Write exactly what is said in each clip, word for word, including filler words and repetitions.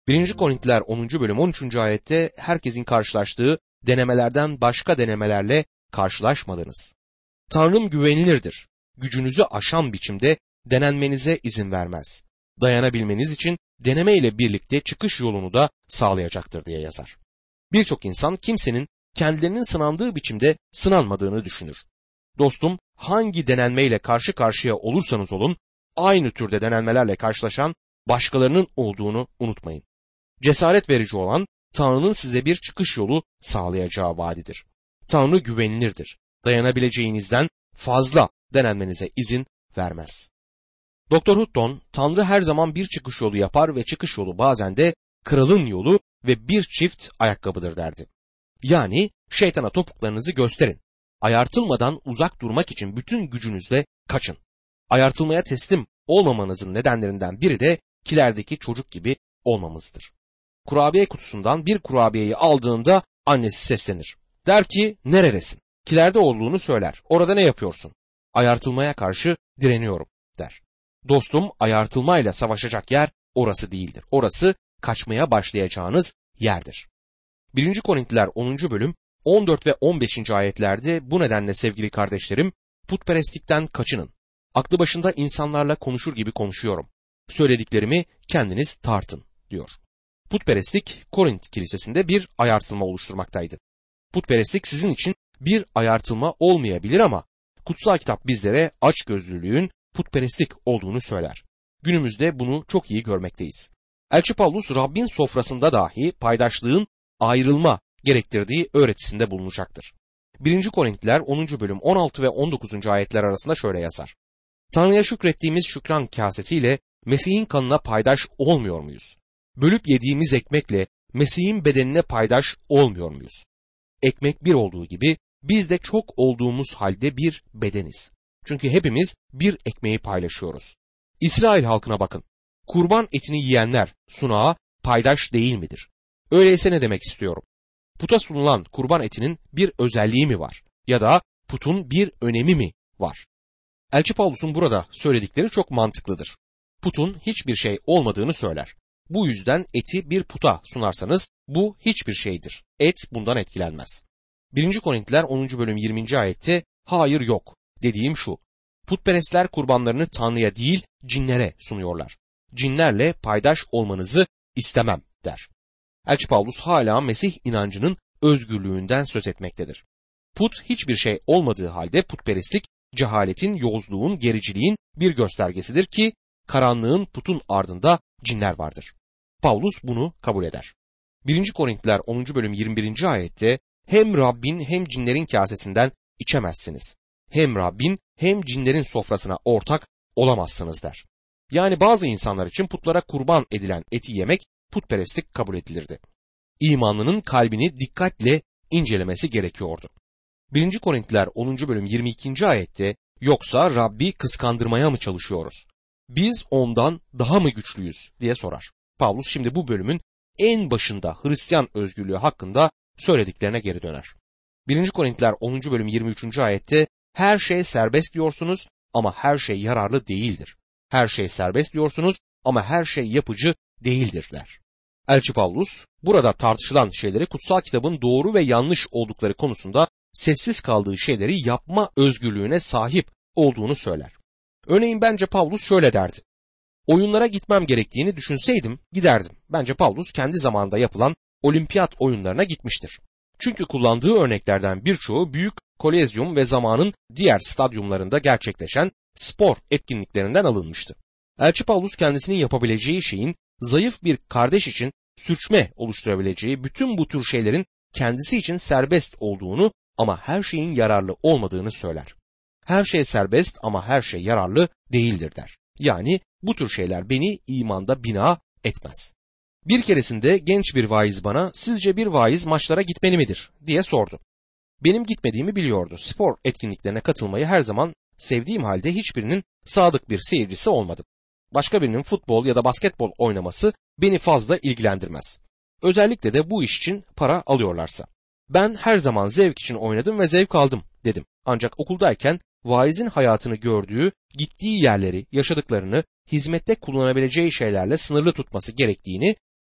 birinci Korintiler onuncu bölüm on üçüncü ayette herkesin karşılaştığı denemelerden başka denemelerle karşılaşmadınız. Tanrım güvenilirdir. Gücünüzü aşan biçimde denenmenize izin vermez. Dayanabilmeniz için deneme ile birlikte çıkış yolunu da sağlayacaktır diye yazar. Birçok insan kimsenin kendilerinin sınandığı biçimde sınanmadığını düşünür. Dostum, hangi denenmeyle karşı karşıya olursanız olun, aynı türde denenmelerle karşılaşan başkalarının olduğunu unutmayın. Cesaret verici olan Tanrı'nın size bir çıkış yolu sağlayacağı vaadidir. Tanrı güvenilirdir. Dayanabileceğinizden fazla denenmenize izin vermez. Doktor Hutton, Tanrı her zaman bir çıkış yolu yapar ve çıkış yolu bazen de kralın yolu ve bir çift ayakkabıdır derdi. Yani şeytana topuklarınızı gösterin. Ayartılmadan uzak durmak için bütün gücünüzle kaçın. Ayartılmaya teslim olmamanızın nedenlerinden biri de kilerdeki çocuk gibi olmamızdır. Kurabiye kutusundan bir kurabiyeyi aldığında annesi seslenir. Der ki, neredesin? Kilerde olduğunu söyler. Orada ne yapıyorsun? Ayartılmaya karşı direniyorum der. Dostum, ayartılmayla savaşacak yer orası değildir. Orası kaçmaya başlayacağınız yerdir. birinci Korintiler onuncu bölüm on dört ve on beşinci ayetlerde bu nedenle sevgili kardeşlerim, putperestlikten kaçının. Aklı başında insanlarla konuşur gibi konuşuyorum. Söylediklerimi kendiniz tartın diyor. Putperestlik Korint kilisesinde bir ayartılma oluşturmaktaydı. Putperestlik sizin için bir ayartılma olmayabilir ama kutsal kitap bizlere açgözlülüğün putperestlik olduğunu söyler. Günümüzde bunu çok iyi görmekteyiz. Elçi Pavlus Rabbin sofrasında dahi paydaşlığın ayrılma gerektirdiği öğretisinde bulunacaktır. birinci Korintiler onuncu bölüm on altı ve on dokuzuncu ayetler arasında şöyle yazar. Tanrı'ya şükrettiğimiz şükran kasesiyle Mesih'in kanına paydaş olmuyor muyuz? Bölüp yediğimiz ekmekle Mesih'in bedenine paydaş olmuyor muyuz? Ekmek bir olduğu gibi biz de çok olduğumuz halde bir bedeniz. Çünkü hepimiz bir ekmeği paylaşıyoruz. İsrail halkına bakın. Kurban etini yiyenler sunağa paydaş değil midir? Öyleyse ne demek istiyorum? Puta sunulan kurban etinin bir özelliği mi var? Ya da putun bir önemi mi var? Elçi Pavlus'un burada söyledikleri çok mantıklıdır. Putun hiçbir şey olmadığını söyler. Bu yüzden eti bir puta sunarsanız bu hiçbir şeydir. Et bundan etkilenmez. birinci Korintiler onuncu bölüm yirminci ayette hayır yok dediğim şu. Putperestler kurbanlarını Tanrı'ya değil cinlere sunuyorlar. Cinlerle paydaş olmanızı istemem der. Elçi Pavlus hala Mesih inancının özgürlüğünden söz etmektedir. Put hiçbir şey olmadığı halde putperestlik cehaletin, yozluğun, gericiliğin bir göstergesidir ki karanlığın putun ardında cinler vardır. Pavlus bunu kabul eder. birinci Korintiler onuncu bölüm yirmi birinci ayette hem Rabbin hem cinlerin kasesinden içemezsiniz. Hem Rabbin hem cinlerin sofrasına ortak olamazsınız der. Yani bazı insanlar için putlara kurban edilen eti yemek putperestlik kabul edilirdi. İmanlının kalbini dikkatle incelemesi gerekiyordu. birinci Korintiler onuncu bölüm yirmi ikinci ayette yoksa Rabbi kıskandırmaya mı çalışıyoruz? Biz ondan daha mı güçlüyüz diye sorar. Pavlus şimdi bu bölümün en başında Hristiyan özgürlüğü hakkında söylediklerine geri döner. birinci Korintiler onuncu bölüm yirmi üçüncü ayette her şey serbest diyorsunuz ama her şey yararlı değildir. Her şey serbest diyorsunuz ama her şey yapıcı değildir der. Elçi Pavlus burada tartışılan şeyleri kutsal kitabın doğru ve yanlış oldukları konusunda sessiz kaldığı şeyleri yapma özgürlüğüne sahip olduğunu söyler. Örneğin bence Pavlus şöyle derdi. Oyunlara gitmem gerektiğini düşünseydim giderdim. Bence Pavlus kendi zamanında yapılan olimpiyat oyunlarına gitmiştir. Çünkü kullandığı örneklerden birçoğu büyük kolezyum ve zamanın diğer stadyumlarında gerçekleşen spor etkinliklerinden alınmıştı. Elçi Pavlus kendisinin yapabileceği şeyin zayıf bir kardeş için sürçme oluşturabileceği bütün bu tür şeylerin kendisi için serbest olduğunu ama her şeyin yararlı olmadığını söyler. Her şey serbest ama her şey yararlı değildir der. Yani bu tür şeyler beni imanda bina etmez. Bir keresinde genç bir vaiz bana sizce bir vaiz maçlara gitmeli midir diye sordu. Benim gitmediğimi biliyordu. Spor etkinliklerine katılmayı her zaman sevdiğim halde hiçbirinin sadık bir seyircisi olmadım. Başka birinin futbol ya da basketbol oynaması beni fazla ilgilendirmez. Özellikle de bu iş için para alıyorlarsa. Ben her zaman zevk için oynadım ve zevk aldım dedim. Ancak okuldayken vaizin hayatını gördüğü, gittiği yerleri, yaşadıklarını hizmette kullanabileceği şeylerle sınırlı tutması gerektiğini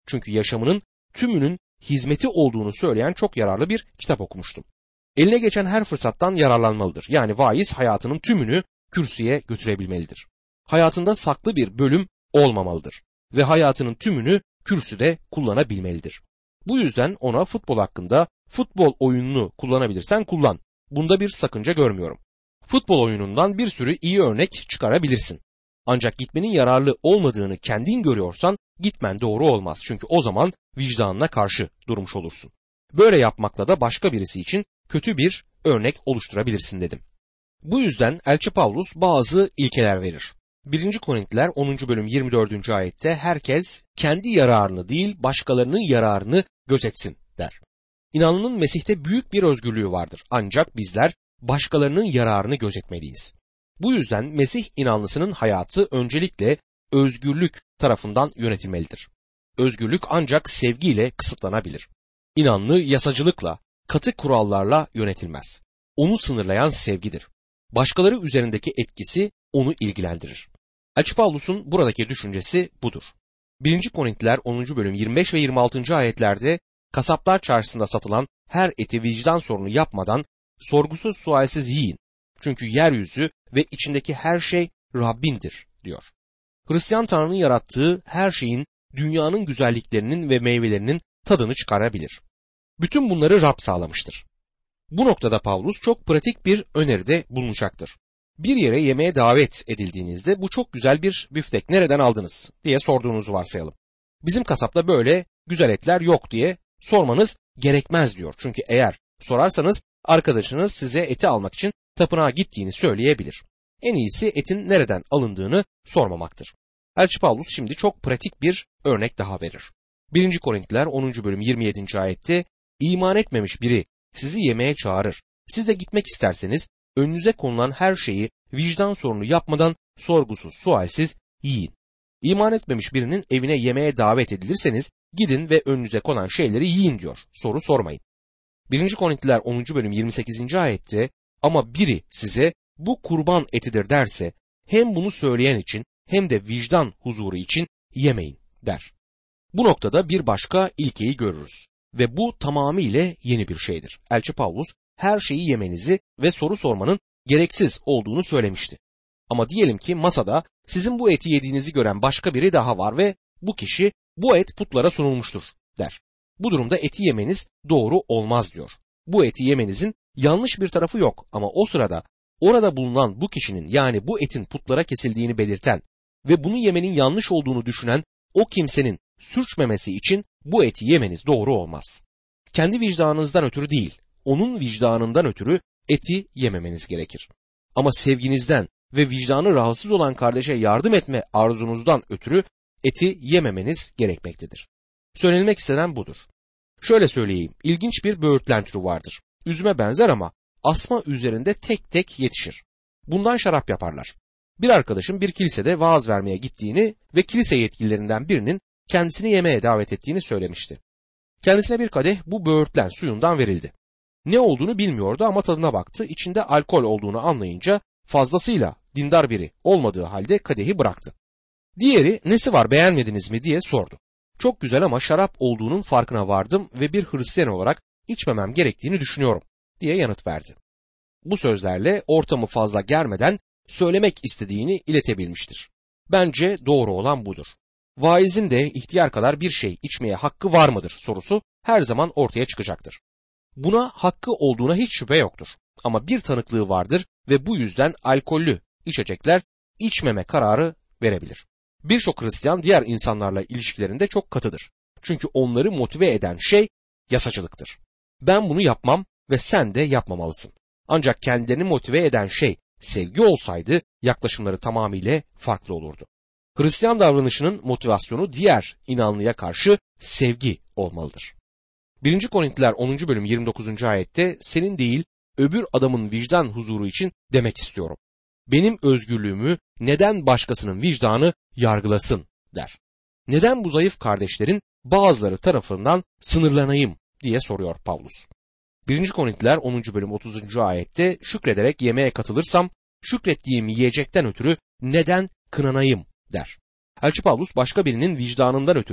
Çünkü yaşamının tümünün hizmeti olduğunu söyleyen çok yararlı bir kitap okumuştum. Eline geçen her fırsattan yararlanmalıdır. Yani vaiz hayatının tümünü kürsüye götürebilmelidir. Hayatında saklı bir bölüm olmamalıdır ve hayatının tümünü kürsüde kullanabilmelidir. Bu yüzden ona futbol hakkında futbol oyununu kullanabilirsen kullan. Bunda bir sakınca görmüyorum. Futbol oyunundan bir sürü iyi örnek çıkarabilirsin. Ancak gitmenin yararlı olmadığını kendin görüyorsan gitmen doğru olmaz. Çünkü o zaman vicdanına karşı durmuş olursun. Böyle yapmakla da başka birisi için kötü bir örnek oluşturabilirsin dedim. Bu yüzden Elçi Pavlus bazı ilkeler verir. birinci Korintiler onuncu bölüm yirmi dördüncü ayette herkes kendi yararını değil başkalarının yararını gözetsin der. İnanlının Mesih'te büyük bir özgürlüğü vardır. Ancak bizler başkalarının yararını gözetmeliyiz. Bu yüzden Mesih inanlısının hayatı öncelikle özgürlük tarafından yönetilmelidir. Özgürlük ancak sevgiyle kısıtlanabilir. İnanlı yasacılıkla, katı kurallarla yönetilmez. Onu sınırlayan sevgidir. Başkaları üzerindeki etkisi onu ilgilendirir. Elçi Pavlus'un buradaki düşüncesi budur. birinci Korintiler onuncu bölüm yirmi beş ve yirmi altıncı ayetlerde kasaplar çarşısında satılan her eti vicdan sorunu yapmadan sorgusuz sualsiz yiyin. Çünkü yeryüzü ve içindeki her şey Rabbindir diyor. Hristiyan Tanrı'nın yarattığı her şeyin dünyanın güzelliklerinin ve meyvelerinin tadını çıkarabilir. Bütün bunları Rab sağlamıştır. Bu noktada Pavlus çok pratik bir öneride bulunacaktır. Bir yere yemeğe davet edildiğinizde bu çok güzel bir büftek nereden aldınız diye sorduğunuzu varsayalım. Bizim kasapta böyle güzel etler yok diye sormanız gerekmez diyor. Çünkü eğer sorarsanız arkadaşınız size eti almak için tapınağa gittiğini söyleyebilir. En iyisi etin nereden alındığını sormamaktır. Elçi Pavlus şimdi çok pratik bir örnek daha verir. birinci Korintiler onuncu bölüm yirmi yedinci ayette iman etmemiş biri sizi yemeğe çağırır. Siz de gitmek isterseniz önünüze konulan her şeyi vicdan sorunu yapmadan sorgusuz sualsiz yiyin. İman etmemiş birinin evine yemeğe davet edilirseniz gidin ve önünüze konan şeyleri yiyin diyor. Soru sormayın. birinci Korintiler onuncu bölüm yirmi sekizinci ayette ama biri size bu kurban etidir derse hem bunu söyleyen için hem de vicdan huzuru için yemeyin der. Bu noktada bir başka ilkeyi görürüz ve bu tamamıyla yeni bir şeydir. Elçi Pavlus her şeyi yemenizi ve soru sormanın gereksiz olduğunu söylemişti. Ama diyelim ki masada sizin bu eti yediğinizi gören başka biri daha var ve bu kişi bu et putlara sunulmuştur der. Bu durumda eti yemeniz doğru olmaz diyor. Bu eti yemenizin yanlış bir tarafı yok ama o sırada orada bulunan bu kişinin yani bu etin putlara kesildiğini belirten ve bunu yemenin yanlış olduğunu düşünen o kimsenin sürçmemesi için bu eti yemeniz doğru olmaz. Kendi vicdanınızdan ötürü değil, onun vicdanından ötürü eti yememeniz gerekir. Ama sevginizden ve vicdanı rahatsız olan kardeşe yardım etme arzunuzdan ötürü eti yememeniz gerekmektedir. Söylenmek istenen budur. Şöyle söyleyeyim, ilginç bir böğürtlen türü vardır. Üzüme benzer ama asma üzerinde tek tek yetişir. Bundan şarap yaparlar. Bir arkadaşım bir kilisede vaaz vermeye gittiğini ve kilise yetkililerinden birinin kendisini yemeğe davet ettiğini söylemişti. Kendisine bir kadeh bu böğürtlen suyundan verildi. Ne olduğunu bilmiyordu ama tadına baktı. İçinde alkol olduğunu anlayınca fazlasıyla dindar biri olmadığı halde kadehi bıraktı. Diğeri nesi var beğenmediniz mi diye sordu. Çok güzel ama şarap olduğunun farkına vardım ve bir Hristiyan olarak içmemem gerektiğini düşünüyorum diye yanıt verdi. Bu sözlerle ortamı fazla germeden söylemek istediğini iletebilmiştir. Bence doğru olan budur. Vaizin de ihtiyar kadar bir şey içmeye hakkı var mıdır sorusu her zaman ortaya çıkacaktır. Buna hakkı olduğuna hiç şüphe yoktur. Ama bir tanıklığı vardır ve bu yüzden alkollü içecekler içmeme kararı verebilir. Birçok Hristiyan diğer insanlarla ilişkilerinde çok katıdır. Çünkü onları motive eden şey yasacılıktır. Ben bunu yapmam ve sen de yapmamalısın. Ancak kendilerini motive eden şey sevgi olsaydı yaklaşımları tamamıyla farklı olurdu. Hristiyan davranışının motivasyonu diğer inanlıya karşı sevgi olmalıdır. birinci Korintiler onuncu bölüm yirmi dokuzuncu ayette senin değil öbür adamın vicdan huzuru için demek istiyorum. Benim özgürlüğümü neden başkasının vicdanı yargılasın der. Neden bu zayıf kardeşlerin bazıları tarafından sınırlanayım diye soruyor Pavlus. birinci Korintiler onuncu bölüm otuzuncu ayette şükrederek yemeğe katılırsam şükrettiğim yiyecekten ötürü neden kınanayım der. Elçi Pavlus başka birinin vicdanından ötürü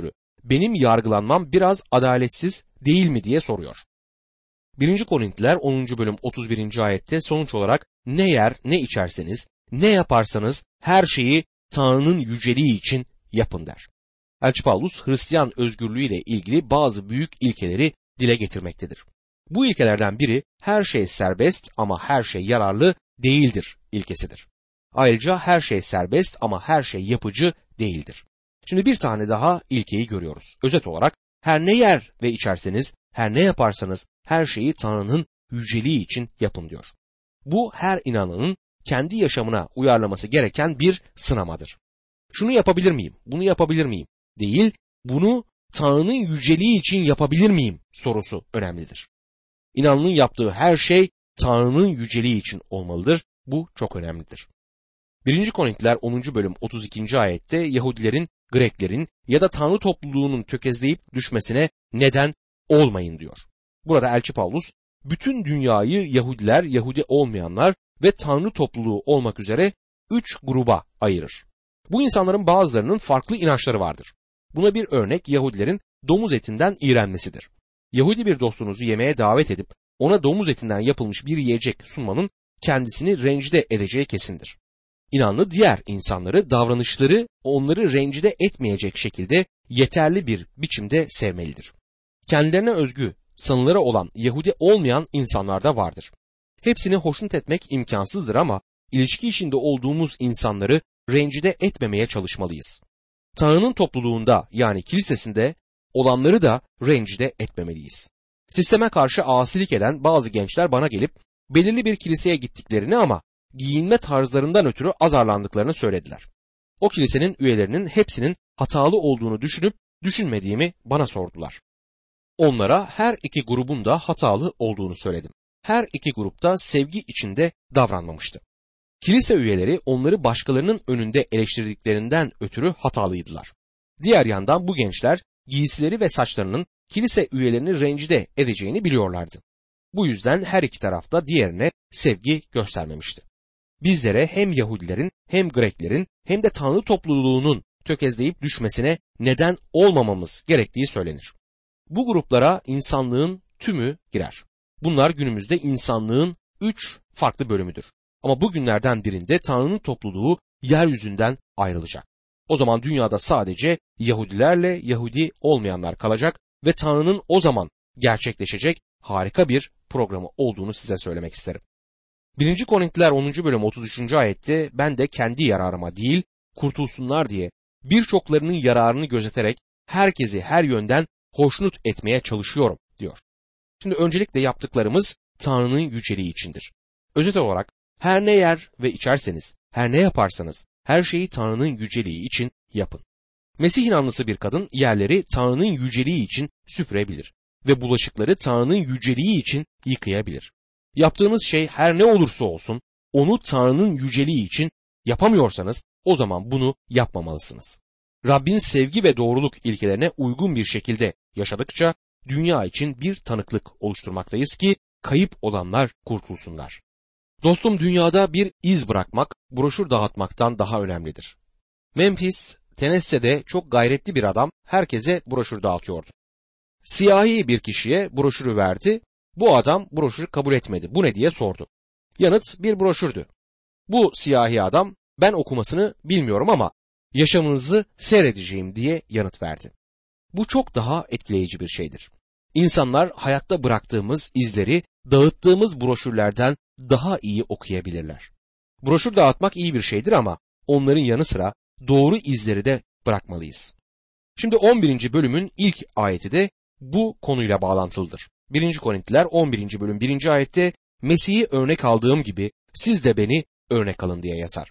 benim yargılanmam biraz adaletsiz değil mi diye soruyor. birinci Korintiler onuncu bölüm otuz birinci ayette sonuç olarak ne yer ne içerseniz, ne yaparsanız her şeyi Tanrı'nın yüceliği için yapın der. Elçi Paulus Hristiyan özgürlüğüyle ilgili bazı büyük ilkeleri dile getirmektedir. Bu ilkelerden biri her şey serbest ama her şey yararlı değildir ilkesidir. Ayrıca her şey serbest ama her şey yapıcı değildir. Şimdi bir tane daha ilkeyi görüyoruz. Özet olarak her ne yer ve içerseniz, her ne yaparsanız her şeyi Tanrı'nın yüceliği için yapın diyor. Bu her inananın kendi yaşamına uyarlaması gereken bir sınamadır. Şunu yapabilir miyim, bunu yapabilir miyim değil, bunu Tanrı'nın yüceliği için yapabilir miyim sorusu önemlidir. İnananın yaptığı her şey Tanrı'nın yüceliği için olmalıdır. Bu çok önemlidir. birinci Korintiler onuncu bölüm otuz ikinci ayette Yahudilerin, Greklerin ya da Tanrı topluluğunun tökezleyip düşmesine neden olmayın diyor. Burada Elçi Paulus bütün dünyayı Yahudiler, Yahudi olmayanlar ve Tanrı topluluğu olmak üzere üç gruba ayırır. Bu insanların bazılarının farklı inançları vardır. Buna bir örnek Yahudilerin domuz etinden iğrenmesidir. Yahudi bir dostunuzu yemeğe davet edip ona domuz etinden yapılmış bir yiyecek sunmanın kendisini rencide edeceği kesindir. İnanlı diğer insanları davranışları onları rencide etmeyecek şekilde yeterli bir biçimde sevmelidir. Kendilerine özgü sanıları olan Yahudi olmayan insanlar da vardır. Hepsini hoşnut etmek imkansızdır ama ilişki içinde olduğumuz insanları rencide etmemeye çalışmalıyız. Tanrı'nın topluluğunda yani kilisesinde olanları da rencide etmemeliyiz. Sisteme karşı asilik eden bazı gençler bana gelip belirli bir kiliseye gittiklerini ama giyinme tarzlarından ötürü azarlandıklarını söylediler. O kilisenin üyelerinin hepsinin hatalı olduğunu düşünüp düşünmediğimi bana sordular. Onlara her iki grubun da hatalı olduğunu söyledim. Her iki grupta sevgi içinde davranmamıştı. Kilise üyeleri onları başkalarının önünde eleştirdiklerinden ötürü hatalıydılar. Diğer yandan bu gençler giysileri ve saçlarının kilise üyelerini rencide edeceğini biliyorlardı. Bu yüzden her iki tarafta diğerine sevgi göstermemişti. Bizlere hem Yahudilerin hem Greklerin hem de Tanrı topluluğunun tökezleyip düşmesine neden olmamamız gerektiği söylenir. Bu gruplara insanlığın tümü girer. Bunlar günümüzde insanlığın üç farklı bölümüdür. Ama bu günlerden birinde Tanrı'nın topluluğu yeryüzünden ayrılacak. O zaman dünyada sadece Yahudilerle Yahudi olmayanlar kalacak ve Tanrı'nın o zaman gerçekleşecek harika bir programı olduğunu size söylemek isterim. birinci Korintiler onuncu bölüm otuz üçüncü ayette ben de kendi yararıma değil kurtulsunlar diye birçoklarının yararını gözeterek herkesi her yönden hoşnut etmeye çalışıyorum diyor. Şimdi öncelikle yaptıklarımız Tanrı'nın yüceliği içindir. Özet olarak her ne yer ve içerseniz, her ne yaparsanız her şeyi Tanrı'nın yüceliği için yapın. Mesih inanlısı bir kadın yerleri Tanrı'nın yüceliği için süpürebilir ve bulaşıkları Tanrı'nın yüceliği için yıkayabilir. Yaptığınız şey her ne olursa olsun onu Tanrı'nın yüceliği için yapamıyorsanız o zaman bunu yapmamalısınız. Rabbin sevgi ve doğruluk ilkelerine uygun bir şekilde yaşadıkça dünya için bir tanıklık oluşturmaktayız ki kayıp olanlar kurtulsunlar. Dostum, dünyada bir iz bırakmak broşür dağıtmaktan daha önemlidir. Memphis, Tennessee'de çok gayretli bir adam herkese broşür dağıtıyordu. Siyahi bir kişiye broşürü verdi. Bu adam broşürü kabul etmedi. Bu ne diye sordu. Yanıt bir broşürdü. Bu siyahi adam ben okumasını bilmiyorum ama yaşamınızı seyredeceğim diye yanıt verdi. Bu çok daha etkileyici bir şeydir. İnsanlar hayatta bıraktığımız izleri dağıttığımız broşürlerden daha iyi okuyabilirler. Broşür dağıtmak iyi bir şeydir ama onların yanı sıra doğru izleri de bırakmalıyız. Şimdi on birinci bölümün ilk ayeti de bu konuyla bağlantılıdır. birinci Korintiler on birinci bölüm birinci ayette Mesih'i örnek aldığım gibi siz de beni örnek alın diye yazar.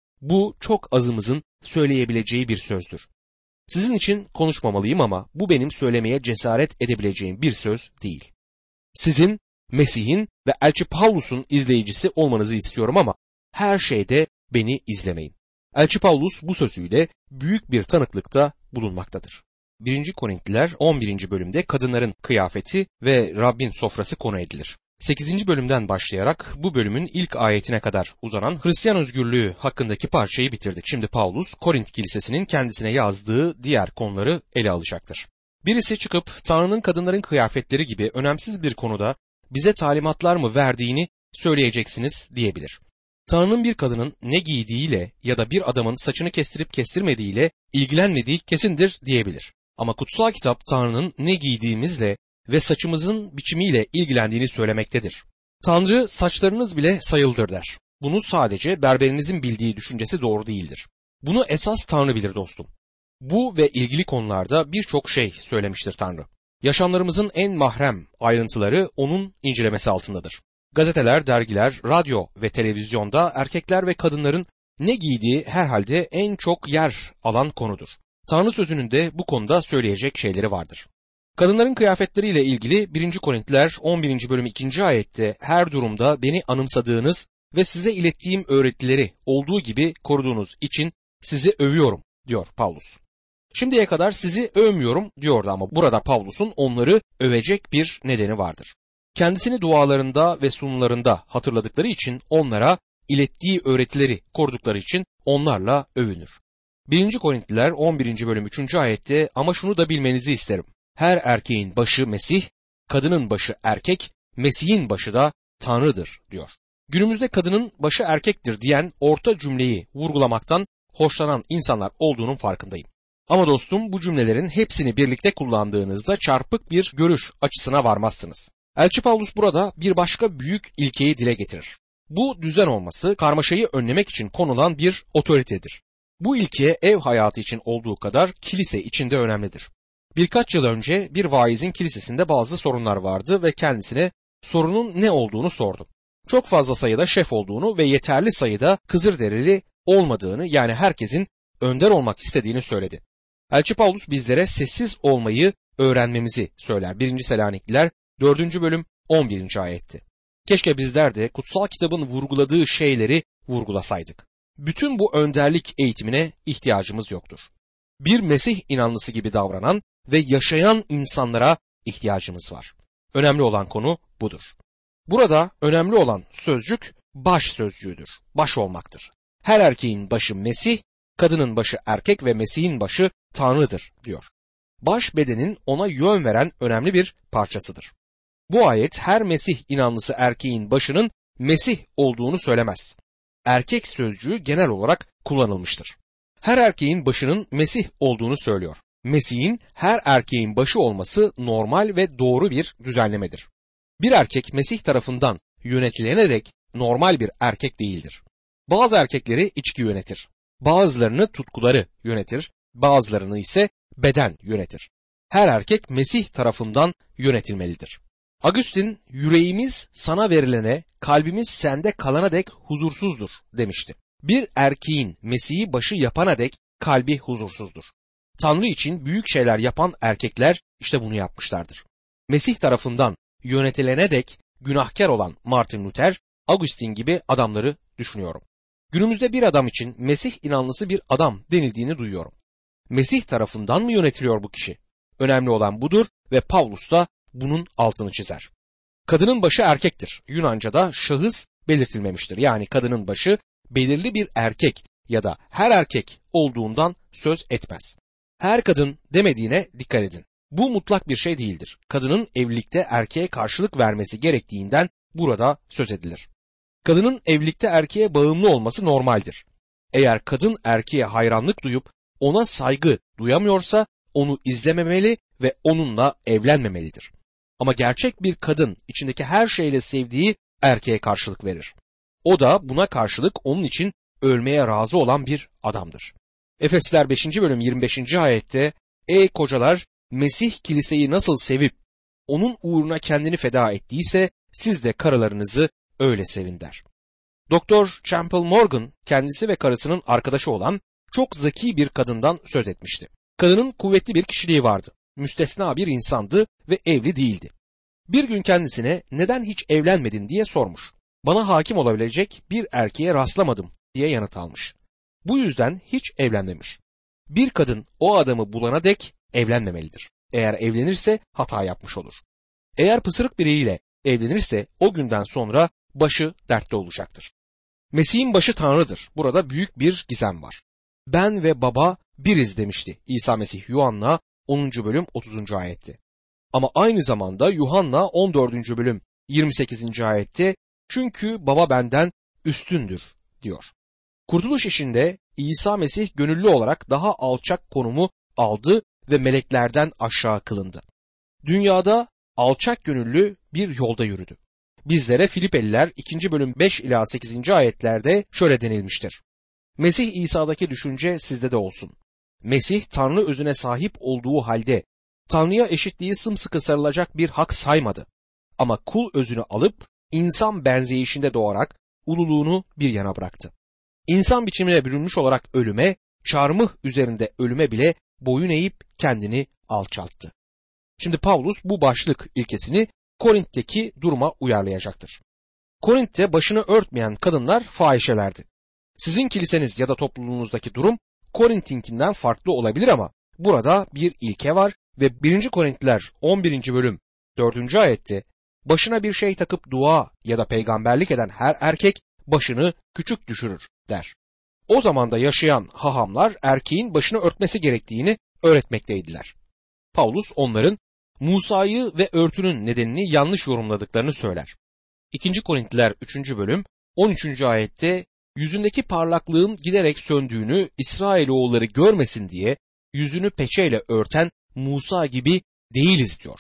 Bu çok azımızın söyleyebileceği bir sözdür. Sizin için konuşmamalıyım ama bu benim söylemeye cesaret edebileceğim bir söz değil. Sizin Mesih'in ve Elçi Pavlus'un izleyicisi olmanızı istiyorum ama her şeyde beni izlemeyin. Elçi Pavlus bu sözüyle büyük bir tanıklıkta bulunmaktadır. birinci Korintliler on birinci bölümde kadınların kıyafeti ve Rabbin sofrası konu edilir. sekizinci bölümden başlayarak bu bölümün ilk ayetine kadar uzanan Hristiyan özgürlüğü hakkındaki parçayı bitirdik. Şimdi Pavlus, Korint Kilisesi'nin kendisine yazdığı diğer konuları ele alacaktır. Birisi çıkıp Tanrı'nın kadınların kıyafetleri gibi önemsiz bir konuda bize talimatlar mı verdiğini söyleyeceksiniz diyebilir. Tanrı'nın bir kadının ne giydiğiyle ya da bir adamın saçını kestirip kestirmediğiyle ilgilenmediği kesindir diyebilir. Ama kutsal kitap Tanrı'nın ne giydiğimizle ve saçımızın biçimiyle ilgilendiğini söylemektedir. Tanrı saçlarınız bile sayıldır der. Bunu sadece berberinizin bildiği düşüncesi doğru değildir. Bunu esas Tanrı bilir dostum. Bu ve ilgili konularda birçok şey söylemiştir Tanrı. Yaşamlarımızın en mahrem ayrıntıları onun incelemesi altındadır. Gazeteler, dergiler, radyo ve televizyonda erkekler ve kadınların ne giydiği herhalde en çok yer alan konudur. Tanrı sözünün de bu konuda söyleyecek şeyleri vardır. Kadınların kıyafetleriyle ilgili birinci Korintiler on birinci bölüm ikinci ayette her durumda beni anımsadığınız ve size ilettiğim öğretileri olduğu gibi koruduğunuz için sizi övüyorum diyor Pavlus. Şimdiye kadar sizi övmüyorum diyordu ama burada Pavlus'un onları övecek bir nedeni vardır. Kendisini dualarında ve sunularında hatırladıkları için onlara ilettiği öğretileri korudukları için onlarla övünür. birinci Korintliler on birinci bölüm üçüncü ayette ama şunu da bilmenizi isterim. Her erkeğin başı Mesih, kadının başı erkek, Mesih'in başı da Tanrı'dır diyor. Günümüzde kadının başı erkektir diyen orta cümleyi vurgulamaktan hoşlanan insanlar olduğunun farkındayım. Ama dostum bu cümlelerin hepsini birlikte kullandığınızda çarpık bir görüş açısına varmazsınız. Elçi Pavlus burada bir başka büyük ilkeyi dile getirir. Bu düzen olması karmaşayı önlemek için konulan bir otoritedir. Bu ilke ev hayatı için olduğu kadar kilise için de önemlidir. Birkaç yıl önce bir vaizin kilisesinde bazı sorunlar vardı ve kendisine sorunun ne olduğunu sordum. Çok fazla sayıda şef olduğunu ve yeterli sayıda Kızılderili olmadığını, yani herkesin önder olmak istediğini söyledi. Elçi Pavlus bizlere sessiz olmayı öğrenmemizi söyler. birinci Selanikliler dördüncü bölüm on birinci ayetti. Keşke bizler de kutsal kitabın vurguladığı şeyleri vurgulasaydık. Bütün bu önderlik eğitimine ihtiyacımız yoktur. Bir Mesih inanlısı gibi davranan ve yaşayan insanlara ihtiyacımız var. Önemli olan konu budur. Burada önemli olan sözcük baş sözcüğüdür. Baş olmaktır. Her erkeğin başı Mesih, kadının başı erkek ve Mesih'in başı Tanrı'dır diyor. Baş bedenin ona yön veren önemli bir parçasıdır. Bu ayet her Mesih inanlısı erkeğin başının Mesih olduğunu söylemez. Erkek sözcüğü genel olarak kullanılmıştır. Her erkeğin başının Mesih olduğunu söylüyor. Mesih'in her erkeğin başı olması normal ve doğru bir düzenlemedir. Bir erkek Mesih tarafından yönetilene dek normal bir erkek değildir. Bazı erkekleri içki yönetir. Bazılarını tutkuları yönetir. Bazılarını ise beden yönetir. Her erkek Mesih tarafından yönetilmelidir. Agustin, yüreğimiz sana verilene, kalbimiz sende kalana dek huzursuzdur demişti. Bir erkeğin Mesih'i başı yapana dek kalbi huzursuzdur. Tanrı için büyük şeyler yapan erkekler işte bunu yapmışlardır. Mesih tarafından yönetilene dek günahkar olan Martin Luther, Agustin gibi adamları düşünüyorum. Günümüzde bir adam için Mesih inanlısı bir adam denildiğini duyuyorum. Mesih tarafından mı yönetiliyor bu kişi? Önemli olan budur ve Pavlus da bunun altını çizer. Kadının başı erkektir. Yunanca'da şahıs belirtilmemiştir. Yani kadının başı belirli bir erkek ya da her erkek olduğundan söz etmez. Her kadın demediğine dikkat edin. Bu mutlak bir şey değildir. Kadının evlilikte erkeğe karşılık vermesi gerektiğinden burada söz edilir. Kadının evlilikte erkeğe bağımlı olması normaldir. Eğer kadın erkeğe hayranlık duyup ona saygı duyamıyorsa onu izlememeli ve onunla evlenmemelidir. Ama gerçek bir kadın içindeki her şeyle sevdiği erkeğe karşılık verir. O da buna karşılık onun için ölmeye razı olan bir adamdır. Efesliler beşinci bölüm yirmi beşinci ayette ey kocalar, Mesih kiliseyi nasıl sevip onun uğruna kendini feda ettiyse siz de karılarınızı öyle sevin der. Doktor Campbell Morgan kendisi ve karısının arkadaşı olan çok zeki bir kadından söz etmişti. Kadının kuvvetli bir kişiliği vardı. Müstesna bir insandı ve evli değildi. Bir gün kendisine neden hiç evlenmedin diye sormuş. Bana hakim olabilecek bir erkeğe rastlamadım diye yanıt almış. Bu yüzden hiç evlenmemiş. Bir kadın o adamı bulana dek evlenmemelidir. Eğer evlenirse hata yapmış olur. Eğer pısırık biriyle evlenirse o günden sonra başı dertte olacaktır. Mesih'in başı Tanrı'dır. Burada büyük bir gizem var. Ben ve baba biriz demişti İsa Mesih Yuhanna onuncu bölüm otuzuncu ayette. Ama aynı zamanda Yuhanna on dördüncü bölüm yirmi sekizinci ayette çünkü baba benden üstündür diyor. Kurtuluş işinde İsa Mesih gönüllü olarak daha alçak konumu aldı ve meleklerden aşağı kılındı. Dünyada alçak gönüllü bir yolda yürüdü. Bizlere Filipeliler ikinci bölüm beş ila sekizinci ayetlerde şöyle denilmiştir. Mesih İsa'daki düşünce sizde de olsun. Mesih Tanrı özüne sahip olduğu halde Tanrı'ya eşitliği sımsıkı sarılacak bir hak saymadı. Ama kul özünü alıp insan benzeyişinde doğarak ululuğunu bir yana bıraktı. İnsan biçimine bürünmüş olarak ölüme, çarmıh üzerinde ölüme bile boyun eğip kendini alçalttı. Şimdi Pavlus bu başlık ilkesini Korint'teki duruma uyarlayacaktır. Korint'te başını örtmeyen kadınlar fahişelerdi. Sizin kiliseniz ya da topluluğunuzdaki durum Korint'inkinden farklı olabilir ama burada bir ilke var ve birinci Korintliler on birinci bölüm dördüncü ayette başına bir şey takıp dua ya da peygamberlik eden her erkek başını küçük düşürür der. O zaman da yaşayan hahamlar erkeğin başını örtmesi gerektiğini öğretmekteydiler. Pavlus onların Musa'yı ve örtünün nedenini yanlış yorumladıklarını söyler. ikinci Korintliler üçüncü bölüm on üçüncü ayette yüzündeki parlaklığın giderek söndüğünü İsrailoğulları görmesin diye yüzünü peçeyle örten Musa gibi değiliz diyor.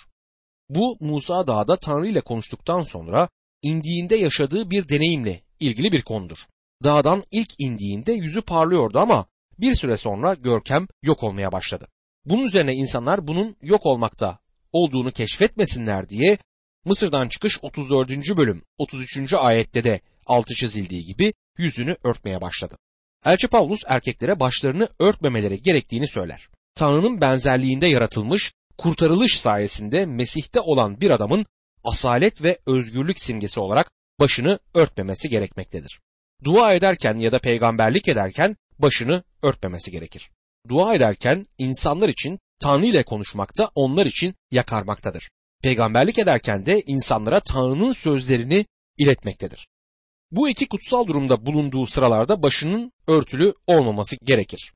Bu Musa dağda Tanrı ile konuştuktan sonra indiğinde yaşadığı bir deneyimle ilgili bir konudur. Dağdan ilk indiğinde yüzü parlıyordu ama bir süre sonra görkem yok olmaya başladı. Bunun üzerine insanlar bunun yok olmakta olduğunu keşfetmesinler diye Mısır'dan çıkış otuz dördüncü bölüm otuz üçüncü ayette de altı çizildiği gibi yüzünü örtmeye başladı. Elçi Pavlus erkeklere başlarını örtmemeleri gerektiğini söyler. Tanrı'nın benzerliğinde yaratılmış, kurtarılış sayesinde Mesih'te olan bir adamın asalet ve özgürlük simgesi olarak başını örtmemesi gerekmektedir. Dua ederken ya da peygamberlik ederken başını örtmemesi gerekir. Dua ederken insanlar için Tanrı ile konuşmakta, onlar için yakarmaktadır. Peygamberlik ederken de insanlara Tanrı'nın sözlerini iletmektedir. Bu iki kutsal durumda bulunduğu sıralarda başının örtülü olmaması gerekir.